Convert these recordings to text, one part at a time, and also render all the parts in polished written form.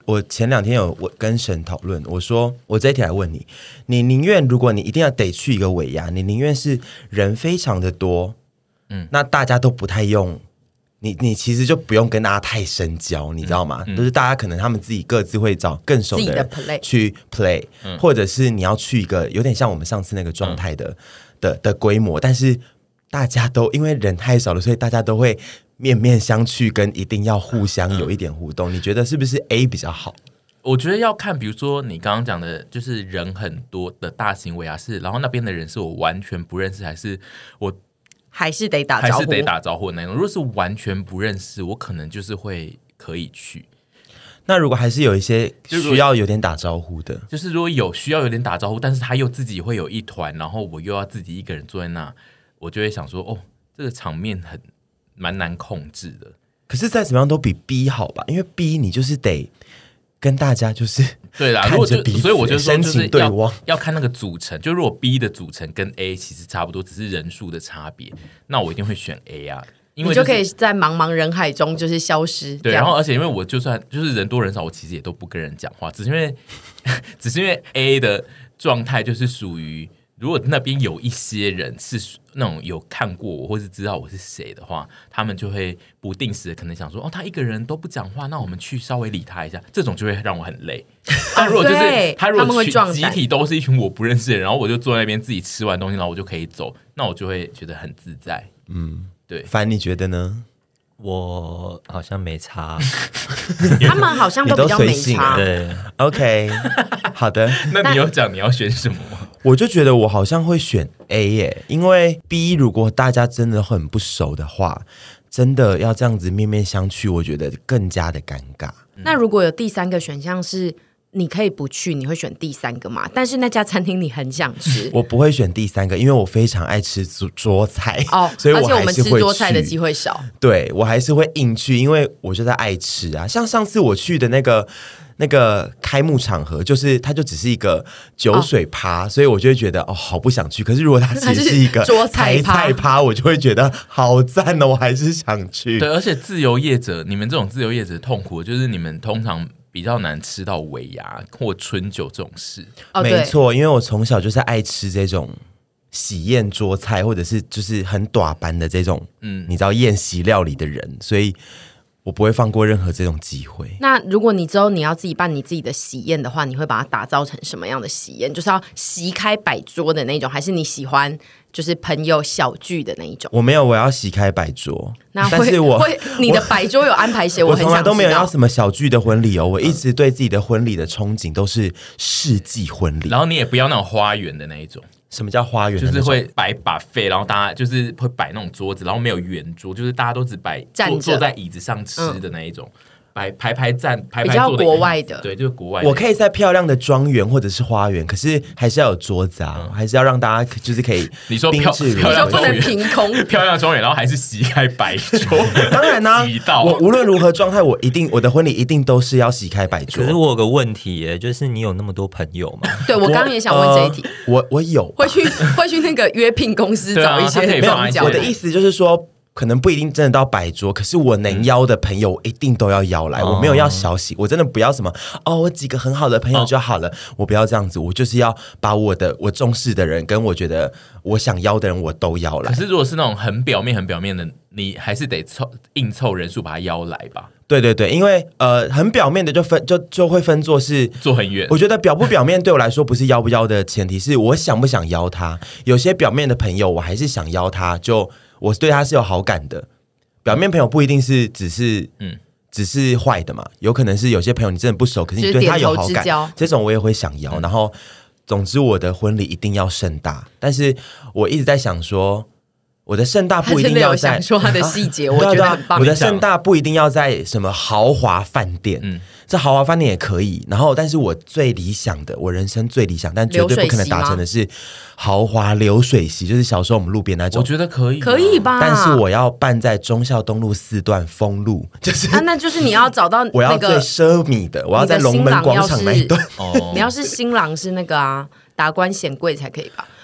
我前2天有跟神讨论，我说我这一题来问你，你宁愿如果你一定要得去一个尾牙，你宁愿是人非常的多，那大家都不太用。你其实就不用跟大家太深交，你知道吗？就是大家可能他们自己各自会找更熟的人去 play，或者是你要去一个有点像我们上次那个状态的规模，但是大家都因为人太少了，所以大家都会面面相觑，跟一定要互相有一点互动。你觉得是不是 A 比较好？ 我觉得要看，比如说你刚刚讲的，就是人很多的大型尾牙是，然后那边的人是我完全不认识，还是我。 还是得打招呼的那种。如果是完全不认识，我可能就是可以去。 那如果还是有一些需要有点打招呼的， 就是如果有需要有点打招呼，但是他又自己会有一团，然后我又要自己一个人坐在那，我就会想说，这个场面蛮难控制的。 可是再怎么样都比 B 好吧？因为 B 你就是得跟大家就是对啦， 看着彼此， 所以我就说就是要看那个组成。就如果 B 的组成跟 A 其实差不多，只是人数的差别，那我一定会选 A 啊，因为、 你就可以在茫茫人海中就是消失。 对，然后而且因为我就算就是人多人少，我其实也都不跟人讲话，只是因为 A 的状态就是属于。如果那边有一些人是那种有看过我或是知道我是谁的话，他们就会不定时的可能想说，他一个人都不讲话，那我们去稍微理他一下，这种就会让我很累。但如果就是他如果集体都是一群我不认识的人，然后我就坐在那边自己吃完东西，然后我就可以走，那我就会觉得很自在。对。 凡你觉得呢？ 我好像没差， 他们好像都比较没差。 对 ，OK， 好的。 那你有讲你要选什么吗？ 我就觉得我好像会选 A 耶，因为 B 如果大家真的很不熟的话，真的要这样子面面相觑，我觉得更加的尴尬。 那如果有第3个选项是你可以不去，你会选第3个吗？但是那家餐厅你很想吃， 我不会选第3个，因为我非常爱吃桌菜所以而且我们吃桌菜的机会少。 对，我还是会硬去，因为我就在爱吃啊。像上次我去的那个开幕场合，它就只是一个酒水趴，所以我就会觉得好不想去。可是如果它其实是一个台菜趴，我就会觉得好赞我还是想去。 对，而且自由业者，你们这种自由业者痛苦，就是你们通常比较难吃到尾牙或春酒这种事。 没错，因为我从小就是爱吃这种喜宴桌菜，或者是就是很短班的这种你知道宴席料理的人，所以我不会放过任何这种机会。 那如果你之后你要自己办你自己的喜宴的话，你会把它打造成什么样的喜宴？就是要席开摆桌的那种，还是你喜欢就是朋友小聚的那一种？ 我没有，我要席开摆桌。 那但是你的摆桌有安排谁？我很想知道。 我从来都没有要什么小聚的婚礼我一直对自己的婚礼的憧憬都是世纪婚礼。 然后你也不要那种花园的那一种。 什么叫花园？ 就是会摆buffet，然后大家就是会摆那种桌子，然后没有圆桌，就是大家都只摆坐在椅子上吃的那一种。排站比较国外的， 对，就是国外的。 我可以在漂亮的庄园或者是花园，可是还是要有桌子还是要让大家就是可以。 你说漂亮不能凭空漂亮的庄园，然后还是席开摆桌。 当然啦，我无论如何状态，我的婚礼一定都是要席开摆桌。 可是我有个问题耶，就是你有那么多朋友吗？ 对，我刚刚也想问这一题。 我有会去那个约聘公司找一些庄脚。 我的意思就是说。可能不一定真的到摆桌，可是我能邀的朋友我一定都要邀来。我没有要小喜，我真的不要什么我几个很好的朋友就好了，我不要这样子，我就是要把我重视的人跟我觉得我想邀的人我都邀来。 可是如果是那种很表面的，你还是得硬凑人数把他邀来吧。 对对对，因为很表面的就会分作是坐很远。 我觉得表不表面对我来说不是邀不邀的前提，是我想不想邀他。有些表面的朋友我还是想邀他，就我对他是有好感的。表面朋友不一定是只是坏的嘛，有可能是有些朋友你真的不熟，可是你对他有好感，这种我也会想邀。然后总之我的婚礼一定要盛大，但是我一直在想说我的盛大不一定要在， 想说他的细节，我觉得很棒。 我的盛大不一定要在什么豪华饭店，这豪华饭店也可以。然后，但是我最理想的，我人生最理想，但绝对不可能达成的是豪华流水席，就是小时候我们路边那种。 我觉得可以， 可以吧？ 但是我要办在忠孝东路4段封路，就是那就是你要找到我要最奢靡的，我要在龙门广场那一段。 你要是新郎是那个达官显贵才可以吧？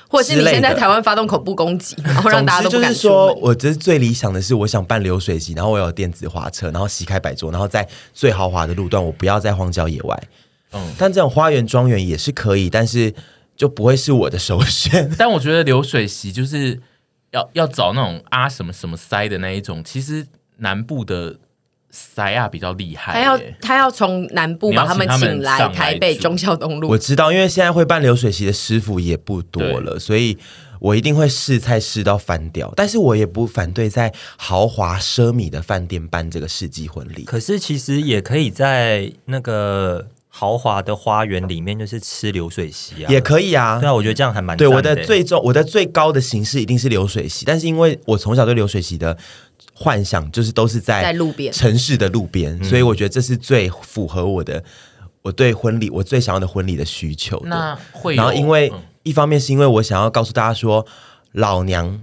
或者是你先在台湾发动恐怖攻击，然后让大家都不敢出门。 总之就是说，我这是最理想的是，我想办流水席，然后我有电子滑车，然后席开摆桌，然后在最豪华的路段，我不要在荒郊野外。但这种花园庄园也是可以，但是就不会是我的首选。 但我觉得流水席就是要找那种什么什么塞的那一种，其实南部的塞比较厉害他要从南部把他们请来台北忠孝东路。 我知道，因为现在会办流水席的师傅也不多了，所以我一定会试菜试到翻掉。但是我也不反对在豪华奢靡的饭店办这个世纪婚礼。 可是其实也可以在那个豪华的花园里面，就是吃流水席啊， 也可以啊。 对啊，我觉得这样还蛮对。我的最高的形式一定是流水席，但是因为我从小对流水席的幻想就是都是在路边城市的路边，所以我觉得这是最符合我对婚礼我最想要的婚礼的需求的。 那会有， 然后因为一方面是因为我想要告诉大家说，老娘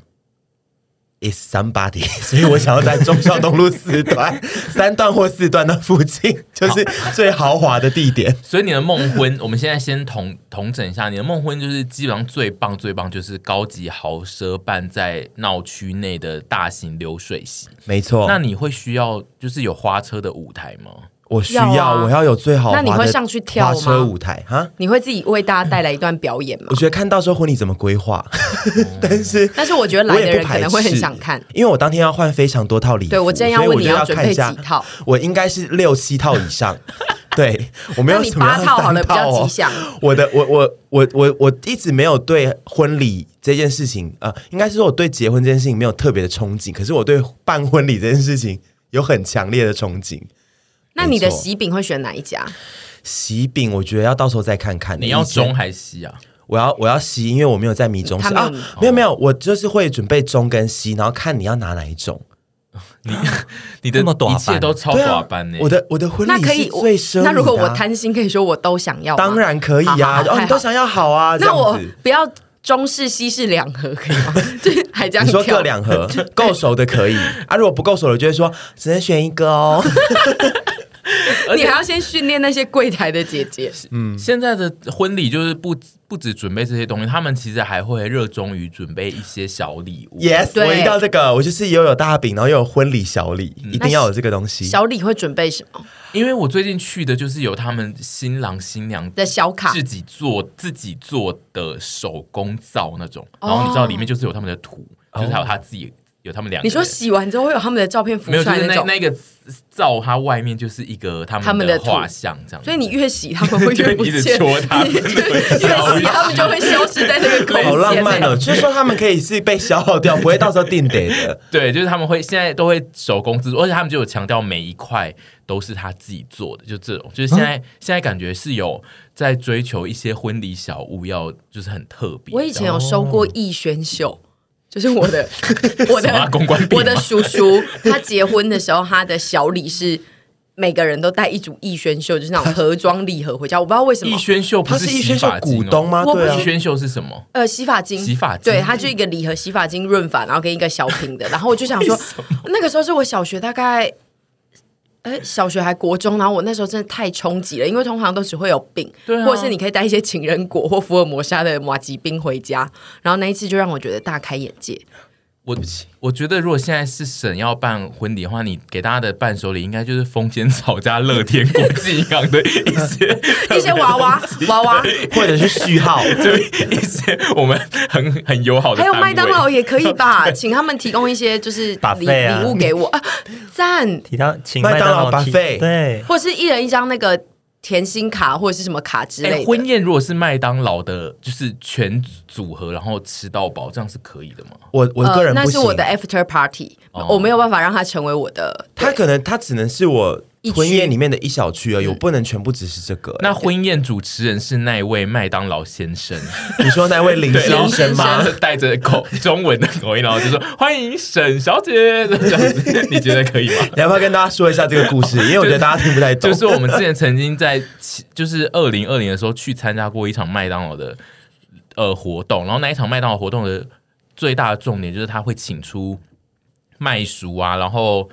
is somebody， 所以我想要在忠孝东路3段或4段的附近，就是最豪华的地点。 所以你的梦婚，我们现在先统整一下，你的梦婚就是基本上最棒就是高级豪奢办在闹区内的大型流水席。 没错。 那你会需要就是有花车的舞台吗？ 我需要，我要有最豪华的那你会上去跳吗？ 花车舞台哈？ 你会自己为大家带来一段表演吗？ 我觉得看到时候婚礼怎么规划，但是我觉得来的人可能会很想看， 因为我当天要换非常多套礼服。对， 我真要问你要准备几套？ 我应该是6、7套以上。对，我没有什么 8套好了，比较吉祥。 我一直没有对婚礼这件事情，应该是说我对结婚这件事情没有特别的憧憬，可是我对办婚礼这件事情有很强烈的憧憬。 那你的喜饼会选哪一家？ 喜饼我觉得要到时候再看看。 你要中还是西啊？ 我要西，因为我没有在迷中西啊。没有，我就是会准备中跟西，然后看你要拿哪一种。 你的一切都超短班呢。 我的婚礼是最奢靡的。 那如果我贪心，可以说我都想要吗？ 当然可以啊。你都想要好啊。 那我不要中式西式2盒可以吗？对，还这样你说各2盒，够熟的可以啊。如果不够熟的，就会说只能选一个哦。 你还要先训练那些柜台的姐姐。 现在的婚礼就是不只准备这些东西，他们其实还会热衷于准备一些小礼物。 Yes， 我一到这个，我就是又有大饼，然后又有婚礼小礼，一定要有这个东西。 小礼会准备什么？ 因为我最近去的就是有他们新郎新娘的小卡， 自己做的手工皂那种，然后你知道里面就是有他们的图，就是还有他自己。有他们2个人， 你说洗完之后会有他们的照片浮出来那种， 那个照它外面就是一个他们的画像这样， 所以你越洗他们会越不见， 一直戳他们，越洗他们就会消失在这个空间。 好浪漫哦！就是说他们可以是被消耗掉，不会到时候定得的。 对，就是他们会现在都会手工制作，而且他们就有强调每一块都是他自己做的，就这种，就是现在感觉是有在追求一些婚礼小物要就是很特别。 我以前有收过艺宣秀。就是我的叔叔，他结婚的时候，他的小礼是每个人都带一组艺宣秀，就是那种盒装礼盒回家。我不知道为什么艺宣秀不是洗发精股东吗？对啊， 艺宣秀是什么？ 洗发精， 对， 它就一个礼盒洗发精润发，然后跟一个小瓶的。然后我就想说，那个时候是我小学大概。小学还国中，然后我那时候真的太冲击了，因为通常都只会有饼，或者是你可以带一些情人果或福尔摩沙的麻吉冰回家，然后那一次就让我觉得大开眼界。 我觉得如果现在是省要办婚礼的话，你给大家的伴手礼应该就是风仙草加乐天国际银行的一些娃娃， 或者是序号， 就一些我们很友好的。 还有麦当劳也可以吧，请他们提供一些就是礼物给我，赞！ 请麦当劳buffet， 对， 或者是一人一张那个。甜心卡或者是什么卡之类的。 婚宴如果是麦当劳的，就是全组合，然后吃到饱，这样是可以的吗？ 我个人不行， 那是我的 after party，我没有办法让它成为我的。 它只能是我婚宴里面的一小区而已，我不能全部只是这个。 那婚宴主持人是那位麦当劳先生， 你说那位林先生吗？ 带着中文的口音，然后就说欢迎沈小姐，这样子，你觉得可以吗？ 你要不要跟大家说一下这个故事？因为我觉得大家听不太懂。 就是我们之前曾经在就是2020的时候去参加过一场麦当劳的活动，然后那一场麦当劳活动的最大的重点就是他会请出麦叔啊，然后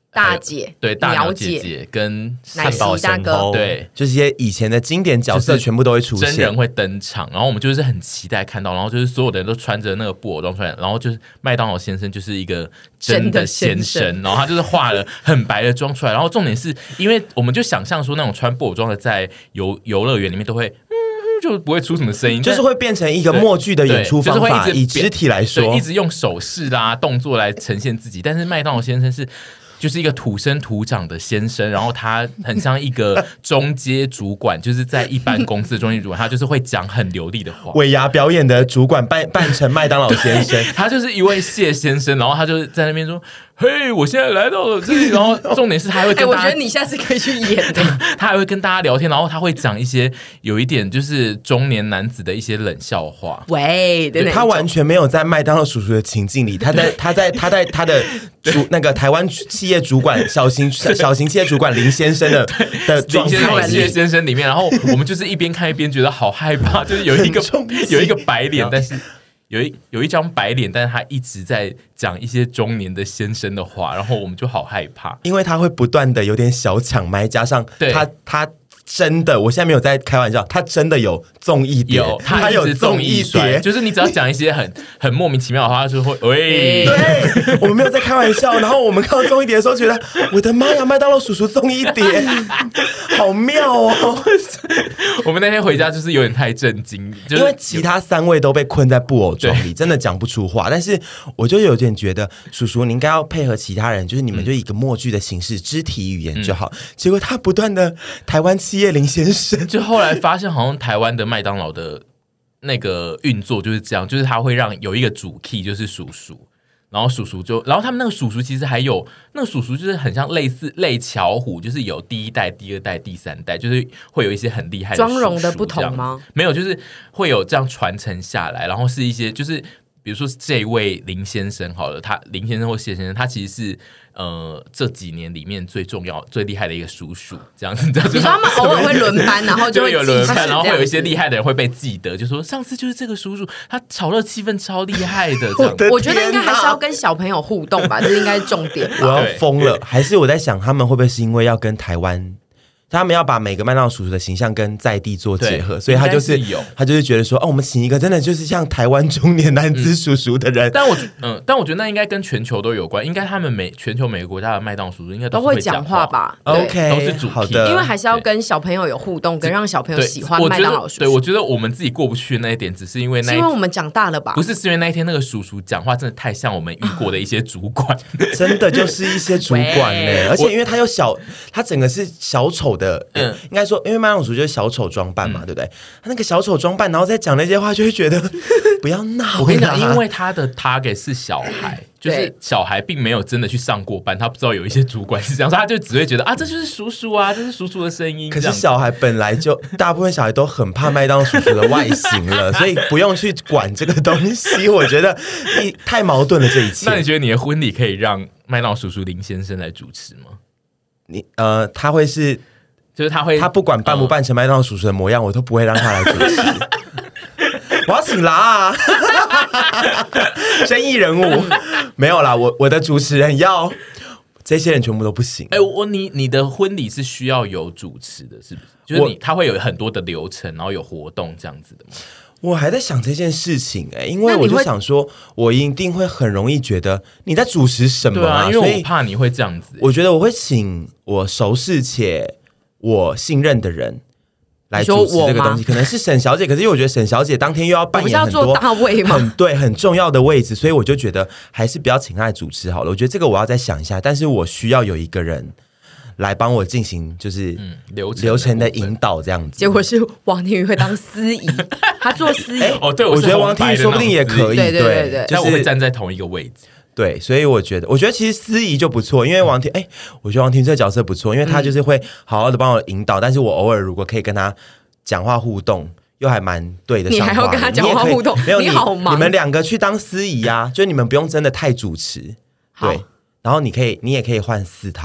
大姐， 对，大鸟姐姐跟奶昔大哥， 对， 就是一些以前的经典角色全部都会出现， 真人会登场，然后我们就是很期待看到，然后就是所有的人都穿着那个布偶装出来，然后就是麦当劳先生就是一个真的先生，然后他就是化了很白的妆出来，然后重点是因为我们就想象说那种穿布偶装的在游乐园里面都会。就不会出什么声音， 就是会变成一个默剧的演出方法，就是、以肢体来说， 一直用手势啦、动作来呈现自己。但是麦当劳先生就是一个土生土长的先生，然后他很像一个中阶主管，就是在一般公司的中阶主管，他就是会讲很流利的话。 尾牙表演的主管扮成麦当劳先生， 他就是一位谢先生，然后他就在那边说。嘿，我现在来到了这里，然后重点是他还会跟大家， 我觉得你下次可以去演的。 他还会跟大家聊天，然后他会讲一些有一点就是中年男子的一些冷笑话。 喂，对， 他完全没有在麦当劳叔叔的情境里，他在他的那个台湾企业主管小型企业主管林先生的林先生谢先生里面，然后我们就是一边看一边觉得好害怕，就是有一个白脸，但是。有一张白脸，但是他一直在讲一些中年的先生的话，然后我们就好害怕， 因为他会不断的有点小抢麦，加上他真的，我现在没有在开玩笑，他真的有综艺碟， 他有综艺碟，就是你只要讲一些很莫名其妙的话，他就会喂， 对，我们没有在开玩笑。然后我们看到综艺碟的时候，觉得我的妈呀，麦当劳叔叔综艺碟，好妙哦！ 我们那天回家就是有点太震惊， 因为其他3位都被困在布偶装里，真的讲不出话。但是我就有点觉得，叔叔你应该要配合其他人，就是你们就以一个默剧的形式，肢体语言就好。结果他不断的台湾企业林先生， 就后来发现好像台湾的麦当劳的那个运作就是这样，就是他会让有一个主 key 就是叔叔，然后叔叔然后他们那个叔叔其实还有那个叔叔就是很像类巧虎，就是有第1代、第2代、第3代，就是会有一些很厉害的妆容的不同吗？ 没有，就是会有这样传承下来，然后是一些就是。比如说这位林先生好了，他林先生或谢先生，他其实是这几年里面最重要、最厉害的一个叔叔，这样子。你说他们偶尔会轮班，然后就会有轮班，然后会有一些厉害的人会被记得，就说上次就是这个叔叔，他炒热气氛超厉害的。这样， 我觉得应该还是要跟小朋友互动吧，这应该是重点吧。 我要疯了，还是我在想，他们会不会是因为要跟台湾？他们要把每个麦当劳叔叔的形象跟在地做结合，所以他就是觉得说，哦，我们请一个真的就是像台湾中年男子叔叔的人。 但我觉得那应该跟全球都有关，应该他们全球每个国家的麦当劳叔叔应该都会讲话吧 ？OK， 都是主题， 因为还是要跟小朋友有互动，跟让小朋友喜欢麦当劳叔叔。 对，我觉得我们自己过不去的那一点，只是因为是因为我们长大了吧？ 不是，是因为那一天那个叔叔讲话真的太像我们遇过的一些主管， 真的就是一些主管呢。而且因为他他整个是小丑的，应该说，因为麦当劳叔叔就是小丑装扮嘛，对不对？他那个小丑装扮，然后再讲那些话，就会觉得不要闹。 我跟你讲，因为他的 target 是小孩，就是小孩并没有真的去上过班，他不知道有一些主管是这样，所以他就只会觉得啊，这就是叔叔啊，这是叔叔的声音。 可是小孩本来就大部分小孩都很怕麦当劳叔叔的外形了，所以不用去管这个东西。我觉得太矛盾了这一切。 那你觉得你的婚礼可以让麦当劳叔叔林先生来主持吗？ 他会是。 就是他不管扮不扮成麦当劳叔叔的模样，我都不会让他来主持。我要请啦，争议人物没有啦，我的主持人要这些人全部都不行。 你的婚礼是需要有主持的，是不是？就是他会有很多的流程，然后有活动这样子的吗？ 我还在想这件事情因为我就想说，我一定会很容易觉得你在主持什么啊，因为我怕你会这样子。 我觉得我会请我熟识且我信任的人来主持这个东西，可能是沈小姐，可是因为我觉得沈小姐当天又要扮演很多很重要的位置，所以我就觉得还是不要请她来主持好了。我觉得这个我要再想一下，但是我需要有一个人来帮我进行就是流程的引导这样子。 结果是王庭瑜会当司仪，他做司仪对， 我觉得王庭瑜说不定也可以， 对， 但我会站在同一个位置。 对，所以我觉得其实司仪就不错，因为我觉得王庭这个角色不错，因为他就是会好好的帮我引导，但是我偶尔如果可以跟他讲话互动，又还蛮对得上话。 你还要跟他讲话互动？ 没有， 你好忙。 你们2个去当司仪啊，就你们不用真的太主持，对。然后你也可以换4套，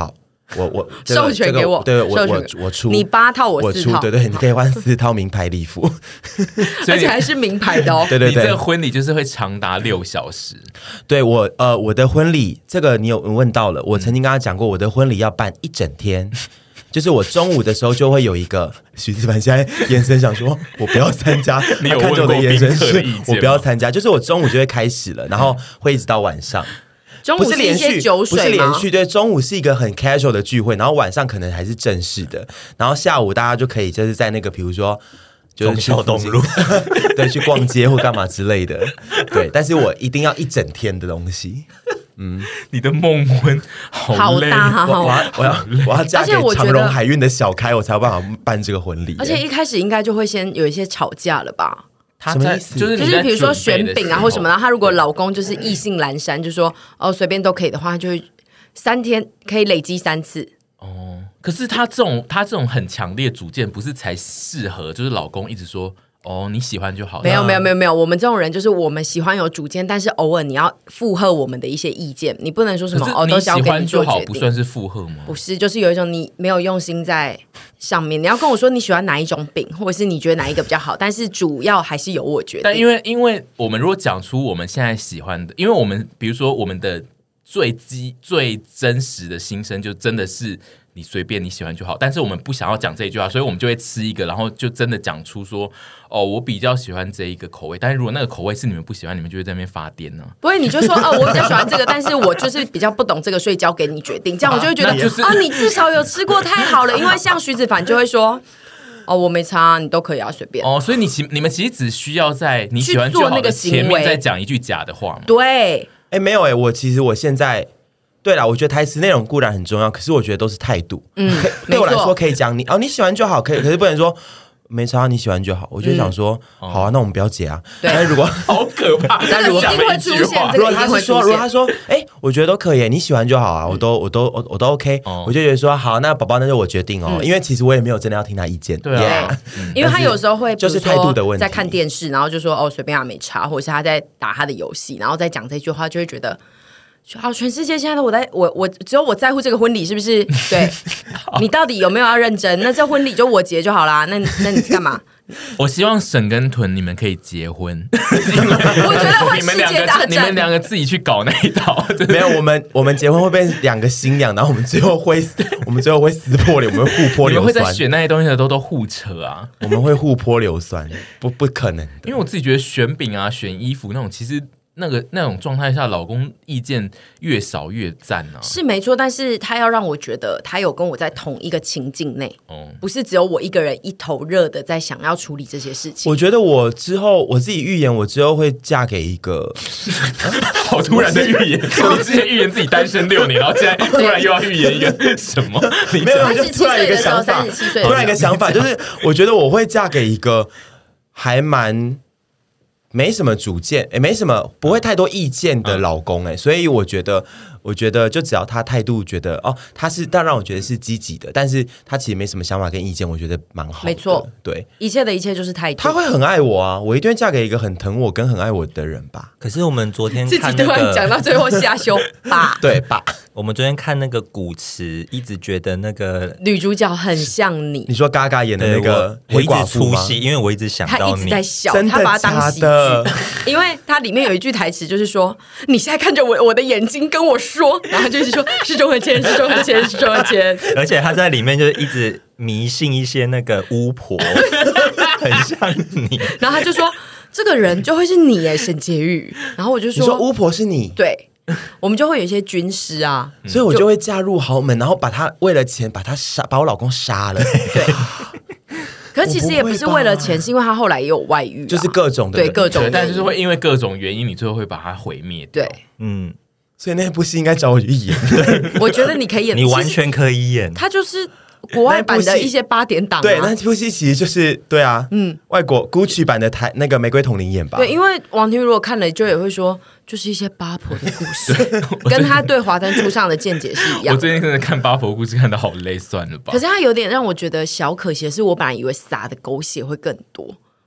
我授权给我， 对我出你8套我4套， 对，你可以换4套名牌礼服， 而且还是名牌的哦。 对， 你这个婚礼就是会长达6小时。 对我的婚礼，这个你有问到了，我曾经跟他讲过，我的婚礼要办1整天。就是我中午的时候就会有一个徐子凡，现在眼神想说我不要参加， 你有看着我的眼神是我不要参加，就是我中午就会开始了，然后会一直到晚上。 中午是一些酒水吗？ 不是连续，对，中午是一个很 casual 的聚会，然后晚上可能还是正式的，然后下午大家就可以就是在那个比如说忠孝东路对，去逛街或干嘛之类的，对，但是我一定要1整天的东西。 你的梦婚好累， 大我要嫁给长荣海运的小开，我才有办法办这个婚礼。 而且一开始应该就会先有一些吵架了吧？ 什么意思？ 就是比如说选饼啊或什么的，她如果老公就是意兴阑珊，就说哦随便都可以的话，他就会3天可以累积3次。 哦，可是他这种很强烈主见，不是才适合就是老公一直说。哦，你喜欢就好。 没有，我们这种人就是我们喜欢有主见，但是偶尔你要附和我们的一些意见，你不能说什么哦，都交给你做决定。 不算是附和吗？ 不是，就是有一种你没有用心在上面。你要跟我说你喜欢哪一种饼，或者是你觉得哪一个比较好，但是主要还是由我决定。 但因为我们如果讲出我们现在喜欢的，因为我们比如说我们的最真实的心声，就真的是。你随便你喜欢就好，但是我们不想要讲这一句话，所以我们就会吃一个，然后就真的讲出说，哦，我比较喜欢这一个口味，但是如果那个口味是你们不喜欢，你们就会在那边发癫呢。 不会，你就说，我比较喜欢这个，但是我就是比较不懂这个，所以交给你决定，这样我就会觉得，你至少有吃过，太好了。因为像徐子凡就会说，哦，我没差，你都可以啊，随便。 哦，所以你们其实只需要在你喜欢就好的前面再讲一句假的话嘛。 对， 没有我现在。对啦，我觉得台词内容固然很重要，可是我觉得都是态度。对我来说可以讲你喜欢就好，可是不能说没差，你喜欢就好。我就想说，好啊，那我们不要结啊。但是如果好可怕， 那如果一定会出现， 如果他说，我觉得都可以，你喜欢就好啊，我都 OK，我就觉得说好，那宝宝那就我决定哦，因为其实我也没有真的要听他意见。 对啊， 因为他有时候会就是态度的问题， 在看电视，然后就说哦随便没差，或者是他在打他的游戏，然后再讲这句话，就会觉得。好，全世界现在都我只有我在乎这个婚礼是不是？对，你到底有没有要认真？那这婚礼就我结就好啦。那你干嘛？ 我希望沈跟屯你们可以结婚。 我觉得会世界大战， 你们两个自己去搞那一套。 没有，我们结婚会变2个新娘，然后我们最后会撕破脸，我们会互泼硫酸。 你们会在选那些东西的都互扯啊？ 我们会互泼硫酸，不可能的。 因为我自己觉得选饼啊、选衣服那种，其实。那种状态下，老公意见越少越赞啊， 是没错。但是他要让我觉得他有跟我在同一个情境内，不是只有我一个人一头热的在想要处理这些事情。 我觉得我之后我自己预言，我之后会嫁给一个， 好突然的预言！你之前预言自己单身6年，然后现在突然又要预言一个什么？ 没有，就突然一个想法 ，37岁， 突然一个想法，就是我觉得我会嫁给一个还蛮。没什么主见，没什么不会太多意见的老公，所以我觉得就只要他态度觉得他是当然我觉得是积极的，但是他其实没什么想法跟意见，我觉得蛮好的。 没错， 对， 一切的一切就是态度。 他会很爱我啊，我一定会嫁给一个很疼我跟很爱我的人吧。 可是我们昨天看自己突然讲到最后下修吧， 对吧？ 我们昨天看那个古池，一直觉得那个女主角很像你。 你说嘎嘎演的那个我一直出戏，因为我一直想到你， 他一直在笑， 真的他把它当喜剧，因为他里面有一句台词就是说：“你现在看着我的眼睛跟我说。”然后就一直说：“是钟和谦，是钟和谦，是钟和谦。” 而且他在里面就一直迷信一些那个巫婆，很像你。 然后他就说：“这个人就会是你耶，沈婕妤。”然后我就说：“ 你说巫婆是你？” 对。我们就会有一些军师啊， 所以我就会嫁入豪门，然后为了钱把我老公杀了。 对，可是其实也不是为了钱，是因为他后来也有外遇， 就是各种的， 对各种， 但就是会因为各种原因，你最后会把它毁灭掉。 对， 所以那部戏应该找我去演。 我觉得你可以演， 你完全可以演。 他就是国外版的一些8点档， 对，那部戏其实就是对啊，外国 Gucci 版的那个玫瑰童林演吧。 对，因为王庭如果看了，就也会说，就是一些八婆的故事，跟他对华灯初上的见解是一样。 我最近真的看八婆故事看得好累，算了吧。 可是他有点让我觉得小可惜的是，我本来以为撒的狗血会更多。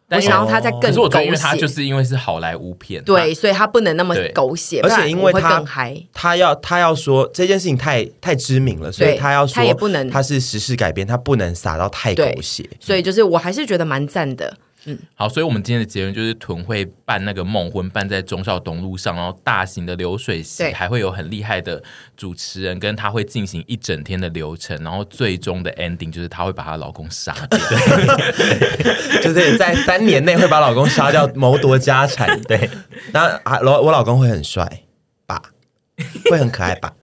我想要它再更可是我觉得因为狗它血， 就是因为是好莱坞片， 对，所以它不能那么对狗血， 而且因为不然我会他更嗨。 他要说这件事情太知名了，所以他要说他也不能他是时事改编，他不能撒到太狗血。 所以就是我还是觉得蛮赞的。 好，所以我们今天的结论就是屯会办那个梦婚，办在忠孝东路上，然后大型的流水席， 对还会有很厉害的主持人，跟他会进行一整天的流程，然后最终的 ending 就是她会把她老公杀掉， 就是在3年内会把老公杀掉，谋夺家产。对，那我老公会很帅吧，会很可爱吧。